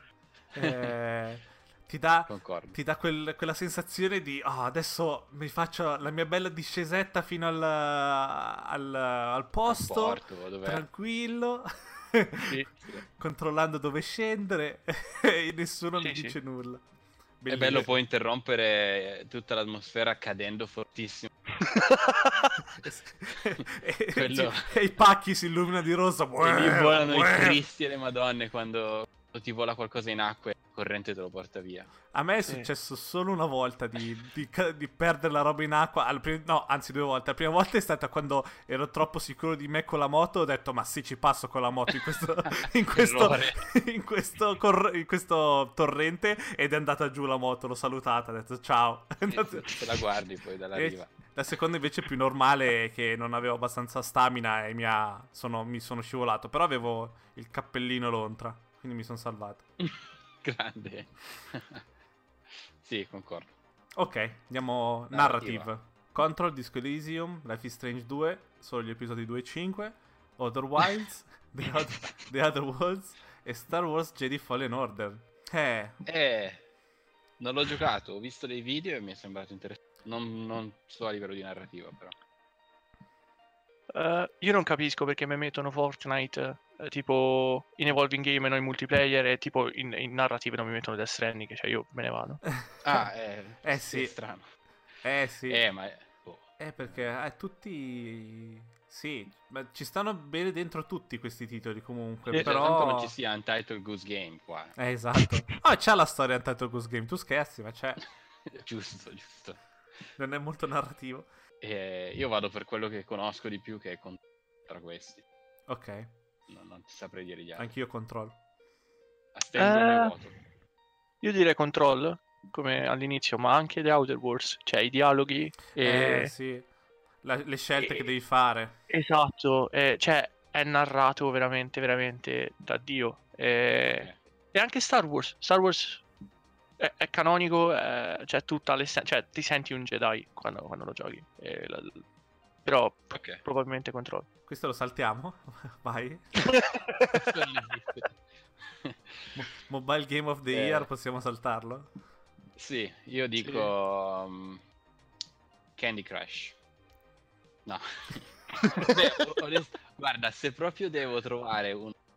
Ti dà Concordo. quella sensazione di adesso mi faccio la mia bella discesetta fino al posto, Porto, dov'è? tranquillo. Sì. controllando dove scendere e nessuno mi Sì, dice nulla. È bello Bellissimo. poi interrompere tutta l'atmosfera cadendo fortissimo. Quello- e i pacchi si illuminano di rosa. E lì volano i cristi e le madonne quando ti vola qualcosa in acqua e la corrente te lo porta via. A me è Sì. successo solo una volta di perdere la roba in acqua. No, anzi 2 volte. La prima volta è stata quando ero troppo sicuro di me con la moto. Ho detto, ma sì, ci passo con la moto in questo, Errore. in questo torrente. Ed è andata giù la moto. L'ho salutata. Ho detto, ciao. Te la guardi poi dalla E riva. la seconda invece più normale è che non avevo abbastanza stamina e mi sono scivolato. Però avevo il cappellino lontra. Quindi mi sono salvato. Grande. Sì, concordo. Ok, andiamo Narrativa. narrative. Control, Disco Elysium, Life is Strange 2, solo gli episodi 2 e 5, Other Wilds, The Other Worlds e Star Wars Jedi Fallen Order. Non l'ho giocato, ho visto dei video e mi è sembrato interessante. Non so a livello di narrativa, però. Io non capisco perché mi mettono Fortnite tipo in Evolving Game e non in multiplayer e tipo in narrative non mi mettono Death Stranding, cioè io me ne vado. Sì. È strano. Sì. Ma Perché tutti... Sì, ma ci stanno bene dentro tutti questi titoli comunque, Sì. però... tanto non ci sia Untitled Goose Game qua. Esatto. C'è la storia Untitled Goose Game, tu scherzi, ma c'è. Giusto. Non è molto narrativo. Io vado per quello che conosco di più, che è tra questi. Ok, Non ti saprei dire gli altri. anch'io controllo. A stento ne voto. Io direi Control, come all'inizio, ma anche The Outer Worlds, cioè i dialoghi e... Sì. Le scelte e- che devi fare. Esatto, cioè è narrato veramente, veramente da Dio. E anche Star Wars è canonico, c'è tutta cioè ti senti un Jedi quando lo giochi. Però Ok. probabilmente Control. Questo lo saltiamo. Vai. Mobile Game of the Year, possiamo saltarlo? Sì, io dico Candy Crush. No. Guarda, se proprio devo trovare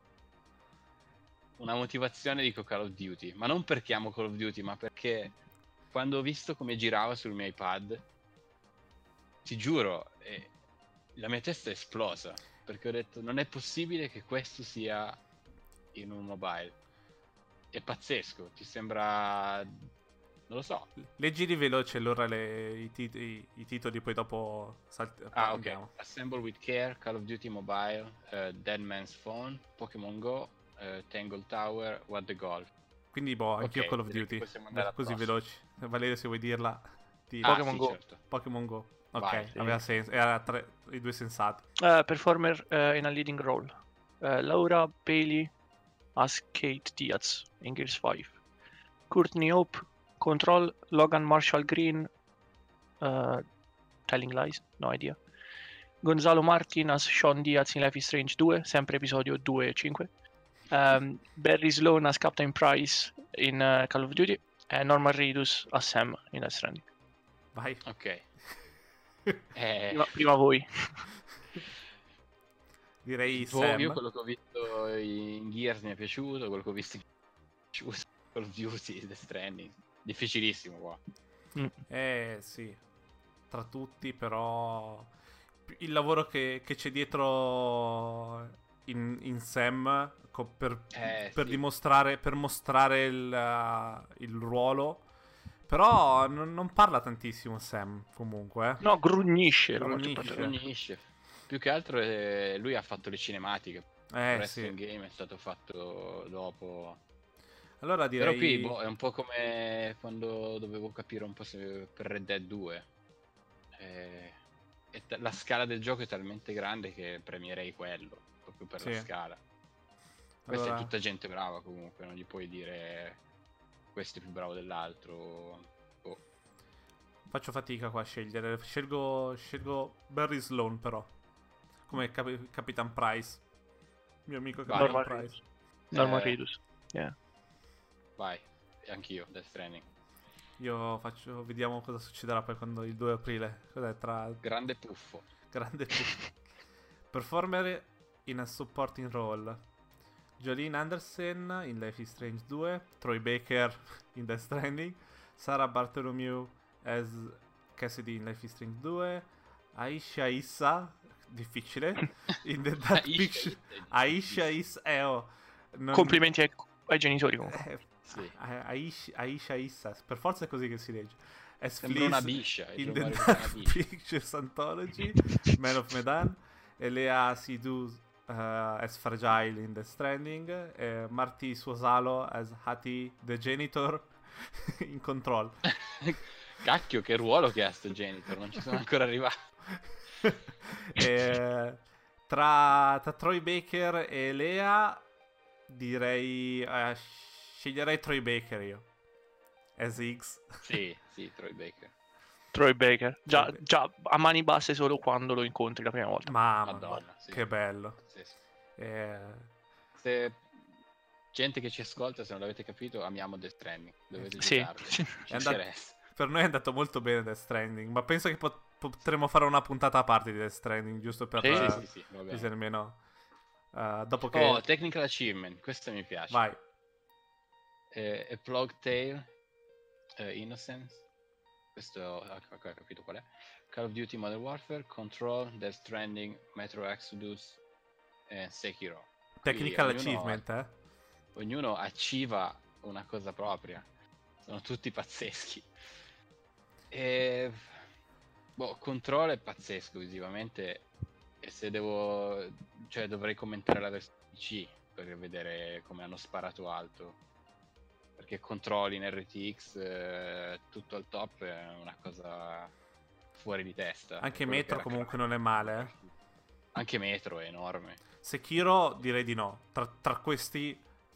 una motivazione dico Call of Duty, ma non perché amo Call of Duty, ma perché quando ho visto come girava sul mio iPad, ti giuro, la mia testa è esplosa, perché ho detto non è possibile che questo sia in un mobile. È pazzesco, ti sembra... non lo so. Leggili veloce allora i titoli, poi dopo Ok. andiamo. Assemble with Care, Call of Duty Mobile, Dead Man's Phone, Pokémon Go, Tangle Tower, What the Golf. Quindi anch'io Ok, Call of direi che Duty. possiamo andare al Così prossimo. veloci. Valerio, se vuoi dirla. Pokémon sì, Go. certo. Pokémon Go. Ok, Vai, sì. aveva senso. Era i due sensati. Performer in a leading role. Laura Bailey as Kate Diaz in Gears 5. Courtney Hope, Control, Logan Marshall Green, Telling Lies, no idea. Gonzalo Martin as Sean Diaz in Life is Strange 2, sempre episodio 2 e 5. Barry Sloan as Captain Price in Call of Duty. E Norman Reedus as Sam in Death Stranding. Vai. Ok. Prima voi. Direi Boh, Sam. io quello che ho visto in Gears mi è piaciuto, quello che ho visto in Call of Duty, The Stranding. Difficilissimo qua. Sì. Tra tutti, però... il lavoro che c'è dietro in Sam per Sì. dimostrare, per mostrare il ruolo. Però non parla tantissimo Sam, comunque. No, grugnisce. Grugnisce. Più che altro lui ha fatto le cinematiche. Il resto Sì. in game è stato fatto dopo. Allora direi... Però qui è un po' come quando dovevo capire un po' se per Red Dead 2. La scala del gioco è talmente grande che premierei quello, proprio per la scala. Questa Allora... è tutta gente brava comunque, non gli puoi dire questo è più bravo dell'altro. Faccio fatica qua a scegliere. Scelgo Barry Sloan però. Come Capitan Price. Mio amico Capitan Price. Norman Reedus. Vai, anch'io, Death Stranding. Vediamo cosa succederà poi quando il 2 aprile. Cos'è tra... Grande puffo. Grande puffo. Performer in a supporting role. Jolene Anderson in Life is Strange 2, Troy Baker in Death Stranding, Sarah Bartholomew as Cassidy in Life is Strange 2, Aisha Issa, difficile, in The Dark Picture. Aisha Issa, Complimenti ai genitori comunque. Sì. Aisha Issa, per forza è così che si legge. As Sembra una Fleece biscia. in The Dark Pictures Anthology, Man of Medan, Elea Sidhu as Fragile in The Stranding, Marty Suosalo as Hati the Janitor in Control. Cacchio, che ruolo che ha sto Janitor, non ci sono ancora arrivato. Tra Troy Baker e Lea direi sceglierei Troy Baker io as X. Sì, Troy Baker. Troy Baker. Già a mani basse solo quando lo incontri la prima volta. Madonna, sì. Che bello. Se gente che ci ascolta, se non l'avete capito, amiamo Death Stranding. Dovete giocarlo. Per noi è andato molto bene Death Stranding, ma penso che potremmo fare una puntata a parte di Death Stranding, giusto per sì, così almeno dopo che... Technical Achievement, questo mi piace. Vai. A Plague Tale, Innocence, questo ho capito qual è. Call of Duty Modern Warfare, Control, Death Stranding, Metro Exodus e Sekiro. Technical Achievement, Ognuno achieva una cosa propria. Sono tutti pazzeschi. Control è pazzesco visivamente. E se dovrei commentare la versione PC per vedere come hanno sparato alto. Perché Control in RTX tutto al top è una cosa fuori di testa. Anche Metro comunque non è male. Anche Metro è enorme. Sekiro direi di no. Tra questi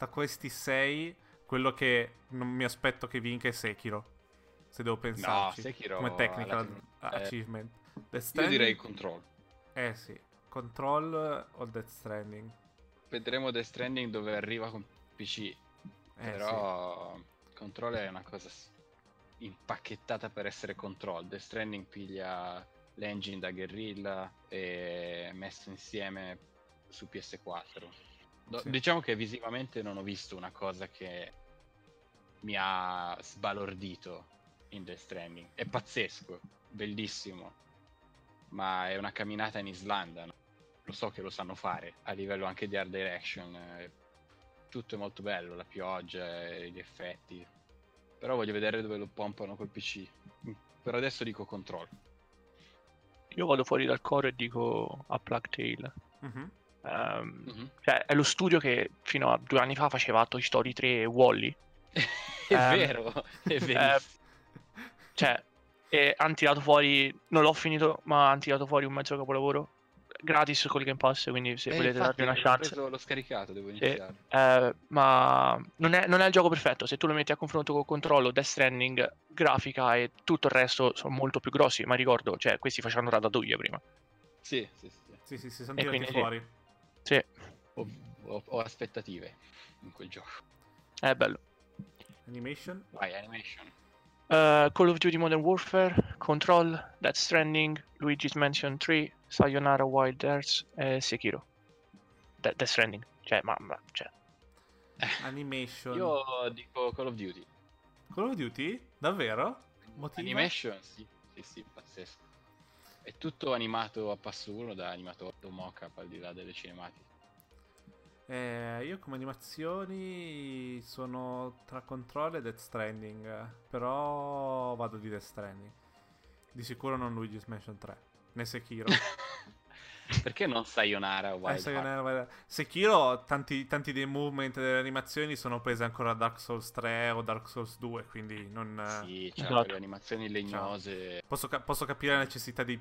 6, quello che non mi aspetto che vinca è Sekiro. Se devo pensarci. No, Sekiro come technical achievement. Io direi Control. Sì. Control o Death Stranding? Vedremo Death Stranding dove arriva con PC. Però sì. Control è una cosa impacchettata per essere Control. Death Stranding piglia l'engine da Guerrilla e messo insieme su PS4. Sì. Diciamo che visivamente non ho visto una cosa che mi ha sbalordito in Death Stranding. È pazzesco, bellissimo, ma è una camminata in Islanda, no? Lo so che lo sanno fare a livello anche di art direction, tutto è molto bello, la pioggia, gli effetti, però voglio vedere dove lo pompano col PC. Per adesso dico Control. Io vado fuori dal core e dico a Plague Tale. Cioè, è lo studio che fino a 2 anni fa faceva Toy Story 3 e Wall-E. È vero, è verissimo. Cioè, hanno tirato fuori, non l'ho finito, ma hanno tirato fuori un mezzo capolavoro gratis col Game Pass, quindi se volete dargli una chance. L'ho scaricato, devo iniziare. Ma non è il gioco perfetto. Se tu lo metti a confronto con Controllo, Death Stranding, grafica e tutto il resto sono molto più grossi, ma ricordo, cioè, questi facevano Ratatouille prima. Sì, si sono tirati fuori. Sì. Ho aspettative in quel gioco. È bello. Animation? Vai, Animation. Call of Duty Modern Warfare, Control, Death Stranding, Luigi's Mansion 3, Sayonara Wild Hearts e Sekiro. Death Stranding, cioè, cioè. Animation. Io dico Call of Duty. Call of Duty? Davvero? Motivo? Animation? Sì, pazzesco. È tutto animato a passo 1 da animatore mocap al di là delle cinematiche. Io come animazioni sono tra Control e Death Stranding, però vado di Death Stranding. Di sicuro non Luigi's Mansion 3, né Sekiro. Perché non Sayonara Wild Hearts? Sekiro, tanti dei movement delle animazioni sono prese ancora da Dark Souls 3 o Dark Souls 2, quindi non... Sì, c'è le animazioni legnose. Posso capire la necessità di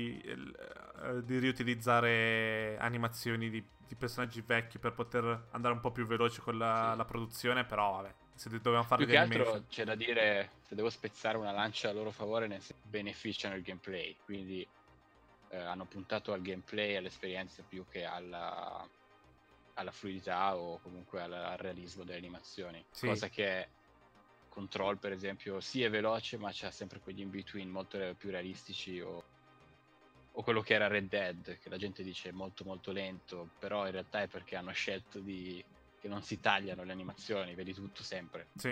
riutilizzare animazioni di personaggi vecchi per poter andare un po' più veloci con la produzione, però vabbè, se dobbiamo fare più che altro c'è da dire, se devo spezzare una lancia a loro favore, ne beneficiano il gameplay, quindi hanno puntato al gameplay, all'esperienza più che alla fluidità o comunque al realismo delle animazioni, cosa che Control per esempio sì è veloce, ma c'ha sempre quegli in between molto più realistici, o quello che era Red Dead, che la gente dice è molto molto lento, però in realtà è perché hanno scelto di che non si tagliano le animazioni, vedi tutto sempre. Sì.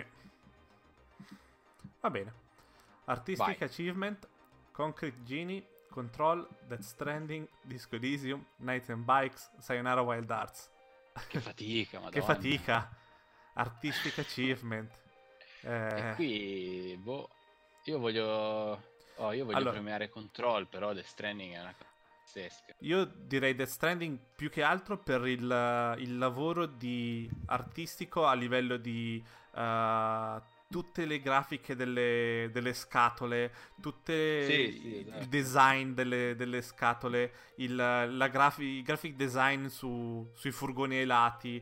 Va bene. Artistic Achievement, Concrete Genie, Control, Death Stranding, Disco Elysium, Night and Bikes, Sayonara Wild Arts. Che fatica, madonna. Che fatica. Artistic Achievement. E qui, boh, io voglio Allora, premiare Control, però Death Stranding è una cosa pazzesca. io direi Death Stranding più che altro per il lavoro artistico a livello di tutte le grafiche delle scatole, tutte Sì, esatto. il design delle scatole, il graphic design sui furgoni ai lati,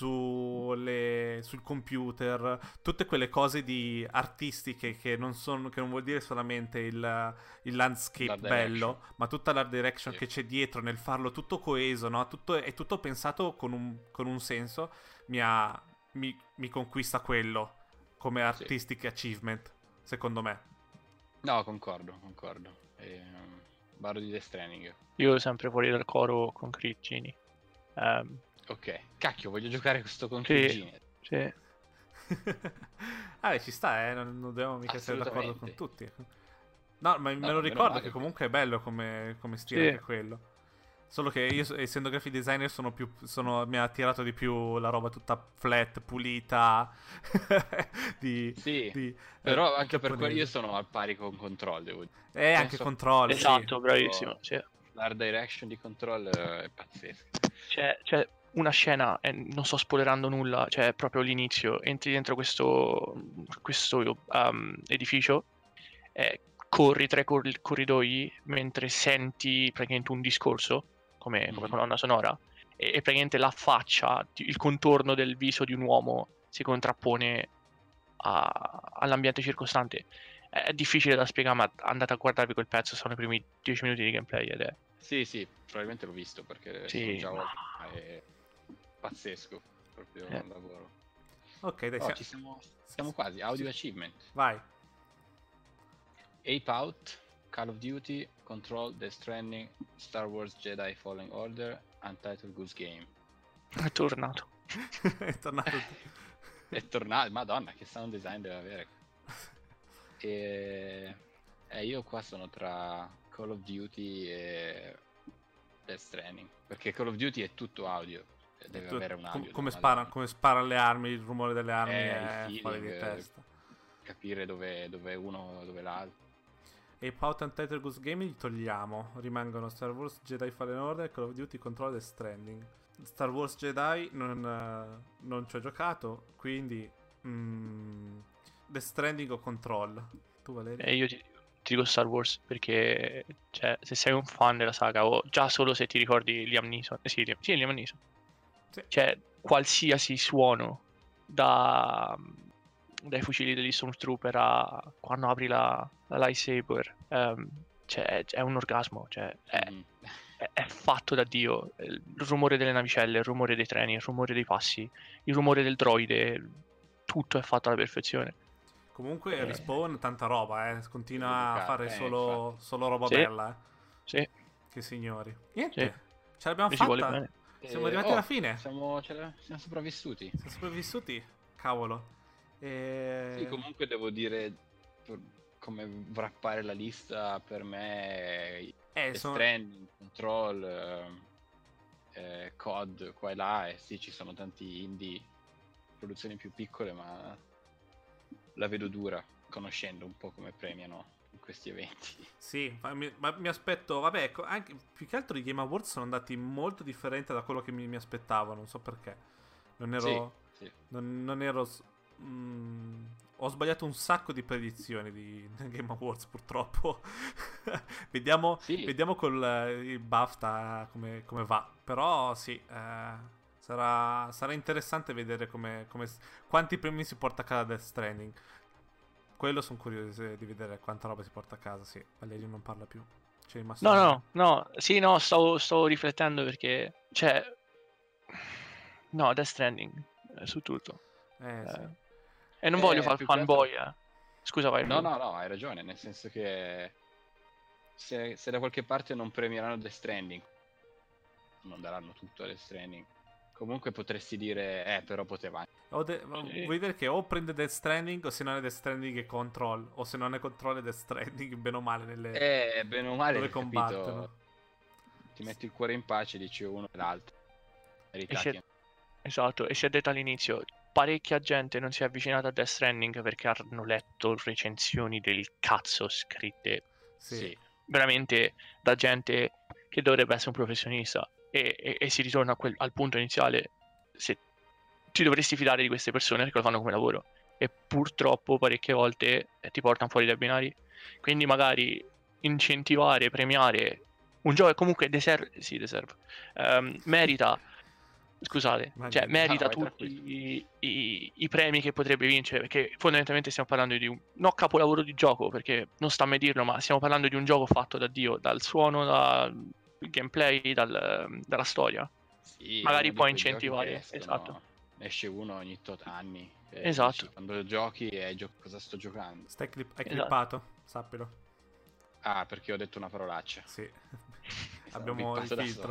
sul computer, tutte quelle cose artistiche che non vuol dire solamente il landscape L'art bello, direction. ma tutta l'art direction Sì. che c'è dietro nel farlo tutto coeso, no? È tutto pensato con un senso. Mi conquista quello come artistic achievement, secondo me. No, concordo. Barro di Death Stranding. Io sempre fuori dal coro con Concrete Genie. Ok, cacchio, voglio giocare questo Concrete Genie. Sì. Ci sta, non dobbiamo mica essere d'accordo con Assolutamente. tutti. No, ma me lo meno ricordo male, che comunque è bello come stile Sì. anche quello. Solo che io, essendo graphic designer, mi ha attirato di più la roba tutta flat, pulita. Sì, però anche per quello giapponese. io sono al pari con Control, devo dire. Anche Control, Esatto, sì. bravissimo. Sì. L'art direction di Control è pazzesca. C'è una scena, non sto spoilerando nulla, cioè proprio l'inizio, entri dentro questo edificio, corri tra i corridoi mentre senti praticamente un discorso come colonna sonora e praticamente la faccia, il contorno del viso di un uomo si contrappone all'ambiente circostante. È difficile da spiegare, ma andate a guardarvi quel pezzo, sono i primi 10 minuti di gameplay ed è... Sì, probabilmente l'ho visto perché sono già ma è pazzesco, proprio un lavoro. Ok, dai, siamo quasi. Audio achievement. Vai. Ape Out, Call of Duty, Control, Death Stranding, Star Wars Jedi Fallen Order, Untitled Goose Game. È tornato. È tornato. È tornato, madonna, che sound design deve avere. E io qua sono tra Call of Duty e Death Stranding, perché Call of Duty è tutto audio, deve avere un audio. Come sparano le armi, il rumore delle armi è il fuori feeling, di testa. Capire dove uno, dove l'altro. E Pout and Title Goose Game li togliamo. Rimangono Star Wars Jedi Fallen Order, Call of Duty Control e Stranding. Star Wars Jedi non ci ho giocato, quindi Death Stranding o Control. Tu Valerio? Io ti dico Star Wars perché cioè, se sei un fan della saga o già solo se ti ricordi Liam Neeson, sì, Liam Neeson. Sì. Cioè qualsiasi suono dai fucili degli Stormtrooper a quando apri la lightsaber, cioè, è un orgasmo, cioè, è fatto da Dio. Il rumore delle navicelle, il rumore dei treni, il rumore dei passi, il rumore del droide, tutto è fatto alla perfezione. Comunque Respawn tanta roba, continua a fare solo roba sì. bella. Sì. Che signori. Niente, sì. ce l'abbiamo fatta. Siamo arrivati alla fine. Siamo sopravvissuti. Siamo sopravvissuti. Cavolo. Sì, comunque devo dire, come wrappare la lista per me, Stranding, Control, COD qua e là, sì, ci sono tanti indie, produzioni più piccole, ma la vedo dura, conoscendo un po' come premiano in questi eventi. Sì, ma mi aspetto, vabbè, ecco, anche più che altro i Game Awards sono andati molto differenti da quello che mi aspettavo, non so perché. Non ero... Sì. Non ero... ho sbagliato un sacco di predizioni di Game Awards, purtroppo. vediamo con il BAFTA come va. Però sì, sarà interessante vedere quanti premi si porta a casa Death Stranding. Quello sono curioso di vedere quanta roba si porta a casa. Sì, Valerio non parla più. C'è rimasto No. Sì, no, stavo riflettendo perché no, Death Stranding su tutto. Sì. E non voglio fare fanboy, Scusa, vai. No, hai ragione, nel senso che se da qualche parte non premieranno Death Stranding, non daranno tutto a Death Stranding, Comunque potresti dire, però poteva. Vuoi dire che o prende Death Stranding, o se non è Death Stranding è Control, o se non è Control è Death Stranding, bene o male Bene o male, dove combattono. Ti metti il cuore in pace e dici uno e l'altro. Esatto, e si è detto all'inizio, parecchia gente non si è avvicinata a Death Stranding perché hanno letto recensioni del cazzo scritte Sì. veramente da gente che dovrebbe essere un professionista, e si ritorna al punto iniziale: se ti dovresti fidare di queste persone perché lo fanno come lavoro, e purtroppo parecchie volte ti portano fuori dai binari. Quindi magari incentivare, premiare un gioco che comunque merita, scusate, cioè merita tutti i premi che potrebbe vincere, perché fondamentalmente stiamo parlando di un capolavoro di gioco, perché non sta a me dirlo, ma stiamo parlando di un gioco fatto da Dio, dal suono, dal gameplay, dalla storia. Sì, magari può incentivare, esatto. Esce uno ogni tot anni, esatto. Dici, quando giochi cosa sto giocando. Hai clippato, sappilo. Ah, perché ho detto una parolaccia. Sì. Abbiamo il filtro.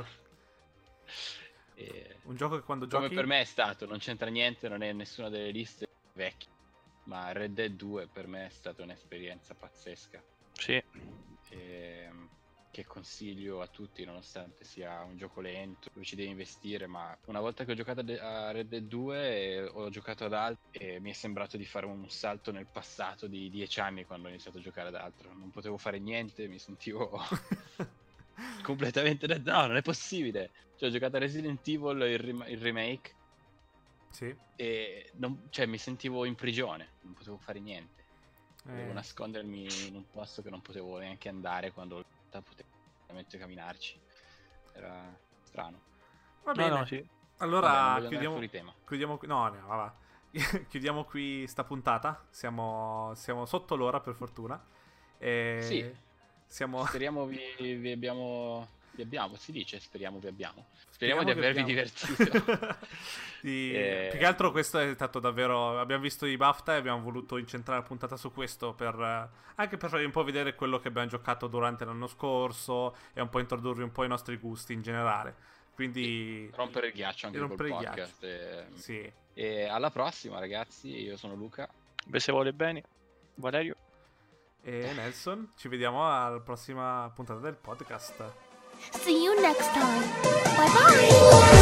Un gioco che quando come giochi... per me è stato, non c'entra niente, non è nessuna delle liste vecchie, ma Red Dead 2 per me è stata un'esperienza pazzesca. Sì. Che consiglio a tutti, nonostante sia un gioco lento dove ci devi investire, ma una volta che ho giocato a Red Dead 2 ho giocato ad altro e mi è sembrato di fare un salto nel passato di 10 anni quando ho iniziato a giocare ad altro. Non potevo fare niente, mi sentivo completamente no, non è possibile. Cioè, ho giocato a Resident Evil, il remake, sì, e mi sentivo in prigione, non potevo fare niente. Dovevo nascondermi in un posto che non potevo neanche andare quando potevo veramente camminarci. Era strano. Va bene. No, sì. Allora chiudiamo chiudiamo qui sta puntata. Siamo sotto l'ora, per fortuna. Sì. Siamo... Speriamo vi abbiamo. Si dice speriamo vi abbiamo. Speriamo di avervi divertito. Più che altro questo è stato davvero... Abbiamo visto i BAFTA e abbiamo voluto incentrare la puntata su questo anche per farvi un po' vedere quello che abbiamo giocato durante l'anno scorso e un po' introdurvi un po' i nostri gusti in generale. Quindi... rompere il ghiaccio anche col podcast. Sì. E alla prossima, ragazzi. Io sono Luca. Se vuole bene, Valerio e Nelson. Ci vediamo alla prossima puntata del podcast. See you next time. Bye bye.